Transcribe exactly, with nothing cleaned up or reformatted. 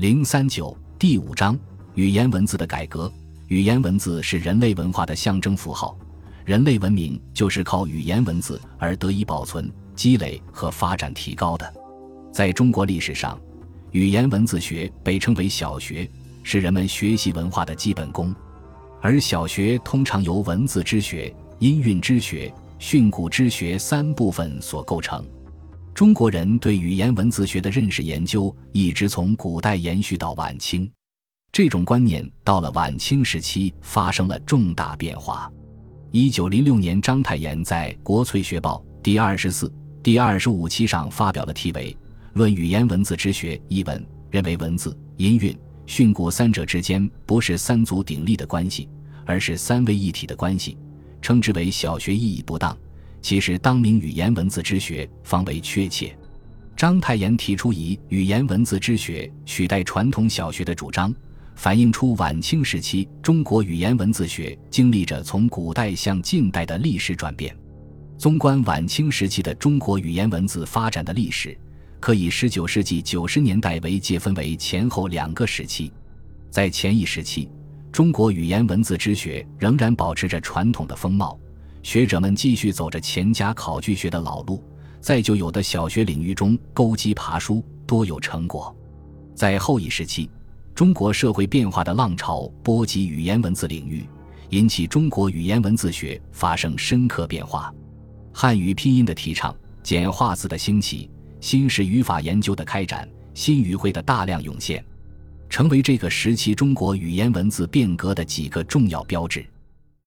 零三九第五章语言文字的改革。语言文字是人类文化的象征符号，人类文明就是靠语言文字而得以保存、积累和发展提高的。在中国历史上，语言文字学被称为小学，是人们学习文化的基本功。而小学通常由文字之学、音韵之学、训诂之学三部分所构成。中国人对语言文字学的认识研究一直从古代延续到晚清，这种观念到了晚清时期发生了重大变化。一九零六年，章太炎在《国粹学报》第二十四、第二十五期上发表了题为《论语言文字之学》一文，认为文字、音韵、训诂三者之间不是三足鼎立的关系，而是三位一体的关系，称之为小学意义不当，其实当名语言文字之学方为确切。章太炎提出以语言文字之学取代传统小学的主张，反映出晚清时期中国语言文字学经历着从古代向近代的历史转变。纵观晚清时期的中国语言文字发展的历史，可以十九世纪九十年代为界分为前后两个时期。在前一时期，中国语言文字之学仍然保持着传统的风貌，学者们继续走着钱家考据学的老路，在旧有的小学领域中勾稽爬书，多有成果。在后一时期，中国社会变化的浪潮波及语言文字领域，引起中国语言文字学发生深刻变化。汉语拼音的提倡、简化字的兴起、新式语法研究的开展、新语汇的大量涌现，成为这个时期中国语言文字变革的几个重要标志。